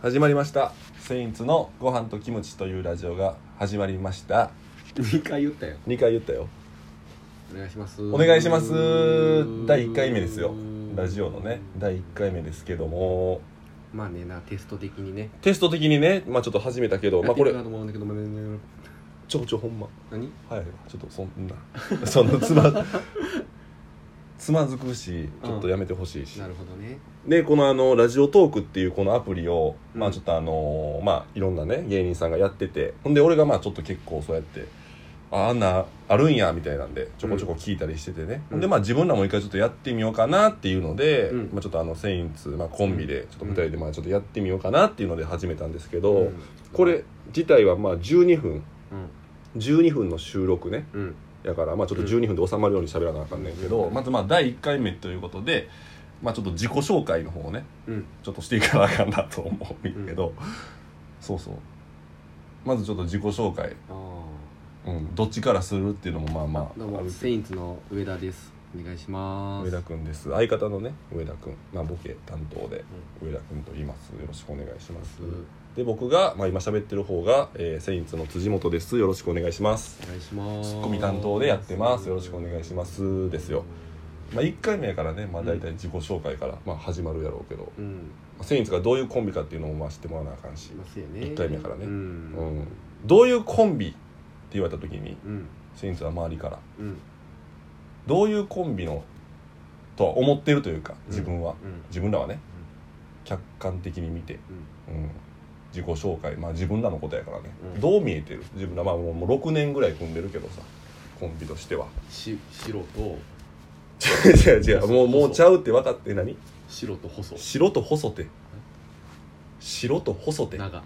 始まりました。セインツのご飯とキムチというラジオが始まりました。 2回言ったよ。 2回言ったよ。 お願いします。 お願いします。第1回目ですよ。ラジオのね第1回目ですけども、 まあねテスト的にね、 ちょっと始めたけど、これやってるかと思うんだけどほんま何はいちょっとそんなそのつまずくしちょっとやめてほしいし、 なるほどね。 でこのラジオトークっていうこのアプリを、ちょっといろんなね芸人さんがやってて、ほんで俺がちょっと結構そうやってあんなあるんやみたいなんでちょこちょこ聞いたりしててね、で自分らも一回ちょっとやってみようかなっていうので、ちょっとセインツ、コンビでちょっと2人でちょっとやってみようかなっていうので始めたんですけど、これ自体は12分の収録ね、だからちょっと12分で収まるように喋らなあかんねんけど、まず第1回目ということで、ちょっと自己紹介の方をね、ちょっとしていかなあかんなと思うんだけど、そうまずちょっと自己紹介、どっちからするっていうのもどうもセインツの上田です。お願いします。 上田くんです。相方のね上田くん、ボケ担当で上田くんと言います。よろしくお願いします。で僕が、今喋ってる方が、セインツの辻本です。よろしくお願いします。 お願いします。 ツッコミ担当でやってます。よろしくお願いしますですよ。1回目やからね、大体自己紹介から、始まるやろうけど、セインツがどういうコンビかっていうのも知ってもらわなあかんし、1回目やからね、どういうコンビって言われた時に、セインツは周りから、どういうコンビのとは思ってるというか、自分らはね、客観的に見て、自己紹介、自分らのことやからね、どう見えてる自分ら、もう6年ぐらい組んでるけどさ、コンビとしては白と違うもうちゃうって分かって。何白と細長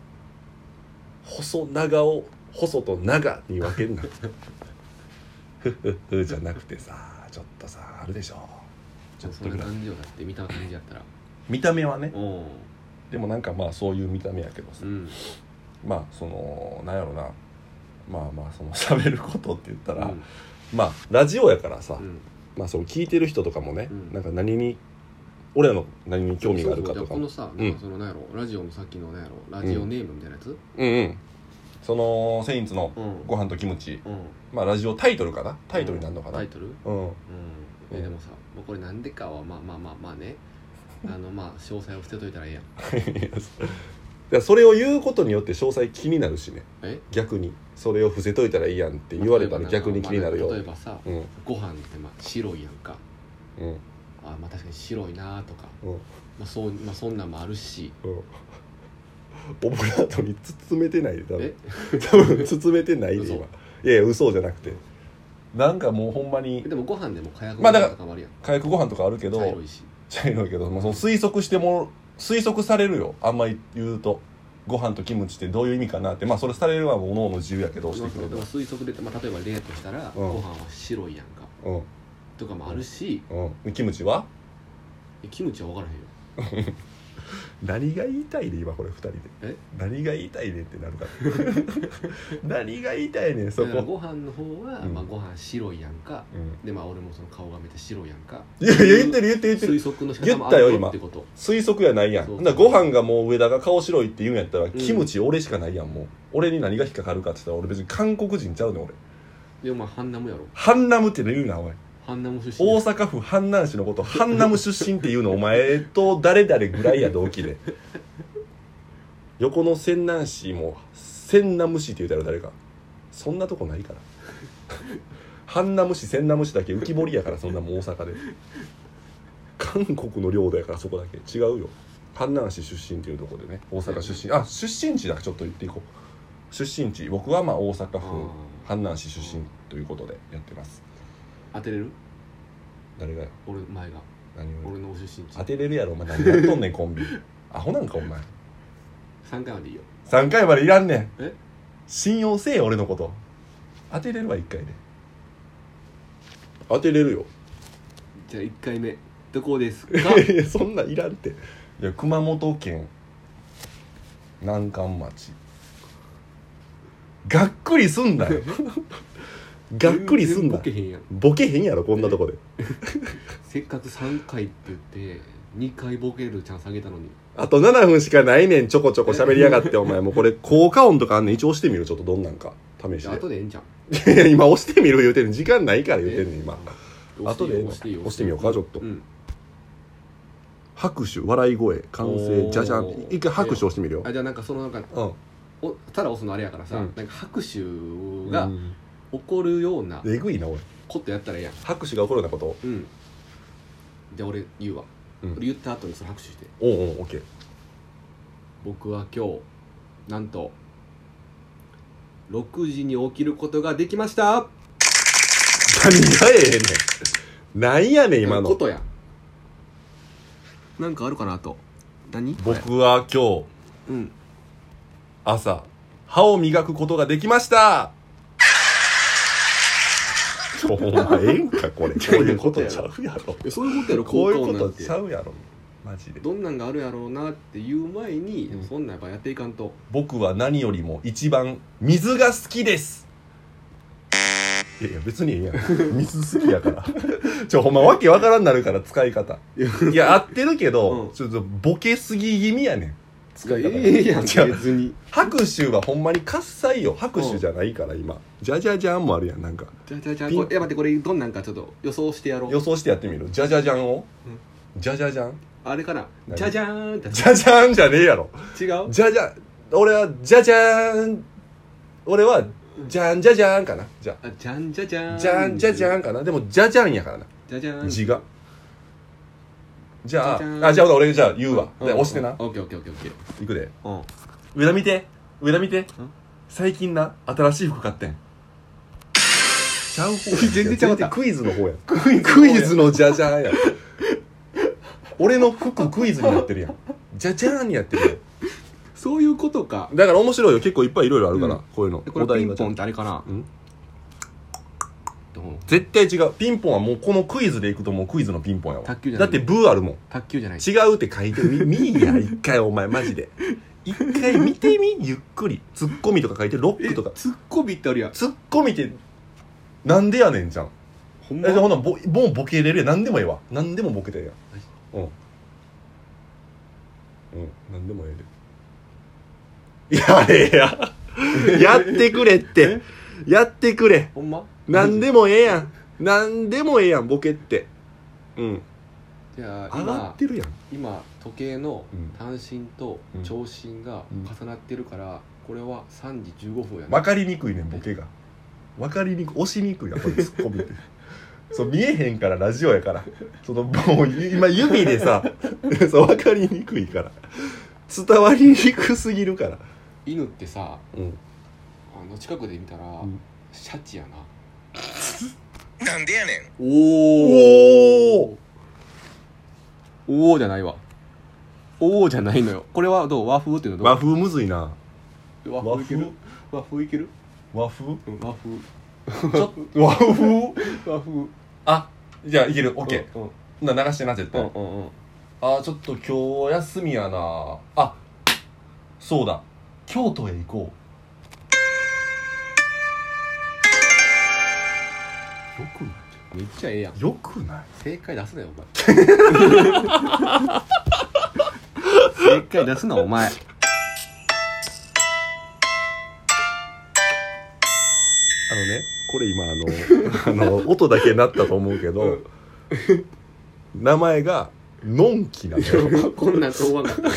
細長を細と長に分けんなじゃなくてさ、ちょっとさあるでしょ、ちょっとぐらいそんな感じよ。だって見た感じやったら見た目はね、でもそういう見た目やけどさ、なんやろな、その喋ることって言ったら、ラジオやからさ、その聞いてる人とかもね、俺らの何に興味があるかとか、 このさ、そのなんやろ、ラジオのさっきのなんやろ、ラジオネームみたいなやつ、 そのセインツのご飯とキムチ、ラジオタイトルかな、タイトルになるのかな、 タイトル、でもさ、これなんでかはね詳細を捨てといたらいいやんそれを言うことによって詳細気になるしね。逆にそれを伏せといたらいいやんって言われたら逆に気になるよ。 例えばさ、ご飯って白いやんか、確かに白いなとか、そんなんもあるし、 オブラートに包めてないで多分包めてないで今。いや嘘じゃなくて、もうほんまに。 でもご飯でも火薬ご飯とかもあるやん。 火薬ご飯とかあるけど、茶色いけど、その推測されるよ。あんまり言うとご飯とキムチってどういう意味かなって、それされるのはおのおの自由やけどしてくれる。 推測で、例えば例としたら、ご飯は白いやんか、とかもあるし、 キムチは分からへんよ何が言いたいで今これ2人で何が言いたいねってなるから何が言いたいねんそこ。 ご飯の方は、ご飯白いやんか、で俺もその顔がめっちゃ白いやんか。 いや言ってる推測の仕方もあるよってこと。 推測やないやん。ご飯がもう上田が顔白いって言うんやったら、キムチ俺しかないやん。もう俺に何が引っかかるかって言ったら、俺別に韓国人ちゃうねん俺。 でもハンナムやろ。 ハンナムって言うなお前。 ハンナム出身。 大阪府阪南市のことハンナム出身っていうのお前と誰々ぐらいや同期で横の泉南市も泉南市って言うたら誰か、そんなとこないから阪南市泉南市だけ浮き彫りやから。そんなもん大阪で韓国の領土やからそこだけ違うよ。阪南市出身っていうところでね、大阪出身、出身地だけちょっと言っていこう。出身地僕は大阪府阪南市出身ということでやってます。 当てれる？ 誰がよ。 俺前が何を俺の出身地当てれるやろお前。何やっとんねんコンビアホなんかお前。 3回までいいよ。 3回までいらんねん。信用せえよ俺のこと。当てれるわ1回で。当てれるよ。 じゃあ1回目どこですかそんなんいらんって。いや熊本県南関町。がっくりすんなよがっくりすんな。 ボケへんやん。 ボケへんやろこんなとこでせっかく3回って言って 2回ボケるチャンスあげたのに。 あと7分しかないねん、ちょこちょこ喋りやがって。お前もうこれ効果音とかあんねん。一応押してみる、ちょっとどんなんか試し後でええんじゃん。 て。いや今押してみる言うてんねん。時間ないから言うてんねん今。後で押していいよ。 押してみようかちょっと、 うん。 拍手、笑い声、歓声、じゃじゃん。一回拍手押してみるよ。 あ、じゃあなんかそのなんかただ押すのあれやからさ、 うんなんか拍手が起こるようなえぐいなおい。 ことやったらええやん。 拍手が起こるようなこと。 うん。じゃあ俺言うわ。 うん俺言った後にその拍手して。 おうおう、オッケー。 僕は今日なんと6時に起きることができました。 何がええねん。なんやねん今のことや。なんかあるかなあと。何？ 僕は今日うん朝歯を磨くことができました。お前ええんかこれ。こういうことちゃうやろ。 そういうことやろ。 こういうこ効果音なんてとちゃうやろマジで。 どんなんがあるやろうなっていう前に、 うんそんなんやっぱやっていかんと。 僕は何よりも一番水が好きです。いやいや別にいいやん。水好きやから。ほんまわけわからんなるから使い方。いや合ってるけど、 うんちょっとボケすぎ気味やねん。使い方ええやん別違うに。 拍手はほんまに喝采よ。拍手じゃないから今。じゃじゃじゃんもあるやんなんか。 じゃあピンこれ待って、これどんなんかちょっと予想してやろう。 予想してやってみる。じゃじゃじゃんを。じゃじゃじゃん。 あれかな。 何じゃじゃーんって。 じゃじゃんじゃねえやろ。 違う。 じゃじゃ俺はじゃじゃーん。俺はじゃんじゃじゃんかな。じゃあ、じゃんじゃじゃーん。 じゃんじゃじゃんかな。でもじゃじゃんやからな。 じゃじゃーん。 字が。じゃじゃじゃんあじゃあ俺じゃあ言うわ。 うんで押してな。 オッケーオッケーオッケーオッケー。 いくで。 うん。 上田見て。上田見て。最近な新しい服買ってん。ちゃう方や。 全然ちゃうかったクイズの方や。クイズのじゃじゃんや。俺の服クイズになってるやん。じゃじゃーんにやってるやん。 そういうことか。 だから面白いよ。結構いっぱいいろいろあるから、 うんこういうの。 これピンポンってあれかな。 うんどう？ 絶対違う。ピンポンはもうこのクイズでいくともうクイズのピンポンやわ。 卓球じゃないだってブーあるもん。 卓球じゃない。 違うって書いて見いや一回お前マジで。一回見てみゆっくり。ツッコミとか書いてロックとか。 ツッコミってあるやん。 ツッコミってなんでやねんじゃん。 ほんま。 ほんならもうボケれるやん。なんでもええわ。なんでもボケてるやん。なんでもええで。やれや。やってくれってやってくれ。 ほんま？ なんでもええやん。なんでもええやんボケって。 じゃあ上がってるやん。 今時計のうん単身と長身が重なってるから、これは3時15分やね。 分かりにくいねんボケが。分かりにくい。押しにくいやこれツッコミって。そう見えへんからラジオやから。そのもう今指でさそう分かりにくいから。伝わりにくすぎるから。 犬ってさ、 うん近くで見たら、 んシャチやな。 なんでやねん。 おおじゃないわ。おおじゃないのよ。これはどう？和風っていうのどう？ 和風むずいな。 和風いける？和風いける？ 和風和風。 ちょっと和風和風。 あじゃあいける。オッケうんー。流してな絶対。 うん。 あちょっと今日休みやなあ。そうだ京都へ行こう。よくなめっちゃええやん。 いよくない。 正解出すなよお前。正解出すなお前。 これ今音だけなったと思うけど名前がのんきなのよ。 こんなんと思わなかった。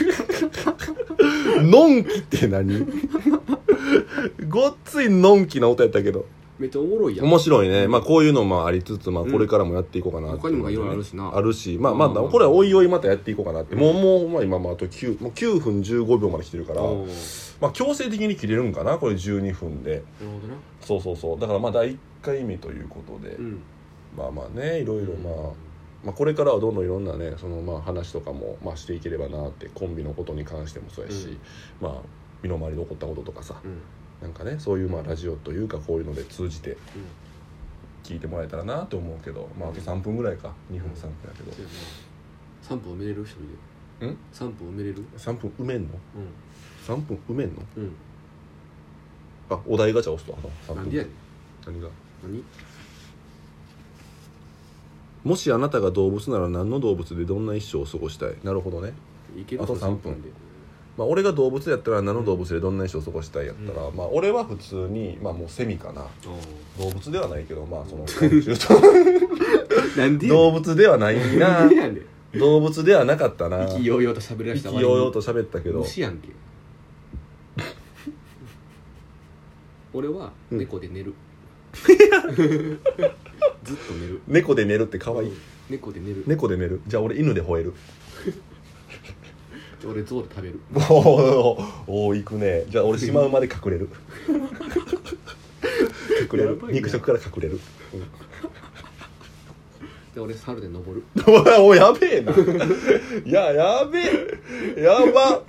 のんきって何ごっついのんきな音やったけどめっちゃおもろいやん。 面白いね。まあこういうのもありつつ、まあこれからもやっていこうかなって、 他にもいろいろあるしな。 あるし、まあこれはおいおいまたやっていこうかなって。もうまあ今もあと9分15秒まで来てるから、まあ強制的に切れるんかなこれ12分で。 なるほどな。 そうだからまあ第1回目ということで、まあねいろいろまあこれからはどんどんいろんなねそのまあ話とかもまあしていければなって、コンビのことに関してもそうやし、まあ身の回りで起こったこととかさ、なんかねそういうまあラジオというかこういうので通じて聞いてもらえたらなと思うけど、まああと3分ぐらいか、2分3分やけど、 3分埋めれる？一人で3分埋めれる 3分埋めんの？3分埋めんの？ うんあ、お題ガチャ押すと3分。 なんでやねん。 何が？ 何？ もしあなたが動物なら何の動物でどんな一生を過ごしたい。なるほどね。 いけるあと3分で。 まあ、俺が動物やったら何の動物でどんな一生を過ごしたいやったら、まあ俺は普通にまあもうセミかな。動物ではないけどまあその昆虫となんで動物ではないな。 なんでやねん。 動物ではなかったな。 意気揚々と喋ら意した気揚々と喋ったけど、 虫やんけ。俺は猫で寝る、ずっと寝る。 猫で寝るって可愛い。 猫で寝る。 猫で寝る。じゃあ俺犬で吠える。 俺象で食べる。 おー行くね。じゃあ俺シマウマで隠れる。隠れる。肉食から隠れる。 で俺猿で登る。 おいやべえな。やべえ。やば。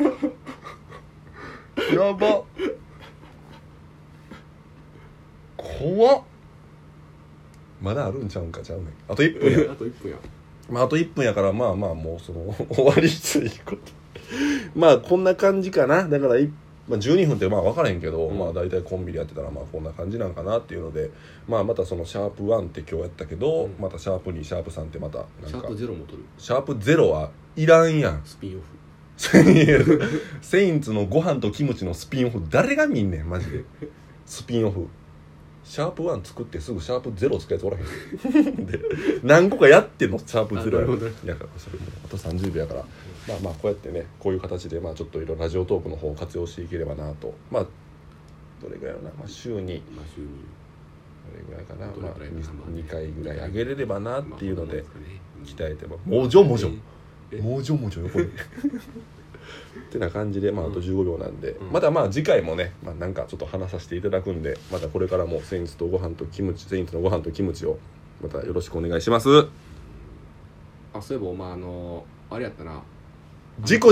怖っ。まだあるんちゃうんか。ちゃうねん。あと1分や。 あと1分や。 まああと1分やからまあもうその終わりということ。まあこんな感じかな。だからまあ、12分ってまあ分からへんけど、まあ大体コンビでやってたらまあこんな感じなんかなっていうので、まあまたそのシャープ1って今日やったけど、またシャープ2シャープ3ってまたなんかシャープ0も取る。 シャープ0はいらんやん。 スピンオフ。 セインツのご飯とキムチのスピンオフ誰が見んねんマジで。スピンオフシャープ1作ってすぐシャープ0つくやつおらへんで何個かやってんのシャープ0やからそれもあと30秒やから、まあこうやってねこういう形でまあちょっといろいろラジオトークの方を活用していければなと。まあどれぐらいのな、まあ、週にまあ週にどれぐらいかな、 どれくらいかなまあ、2回ぐらい上げれればなっていうので鍛えてもももじょもじょ横にってな感じで、まあ、あと15秒なんで、またまあ次回もね、まあ、なんかちょっと話させていただくんで、またこれからもセインツのご飯とキムチをまたよろしくお願いします。 あ、そういえばお前あれやったな。 自己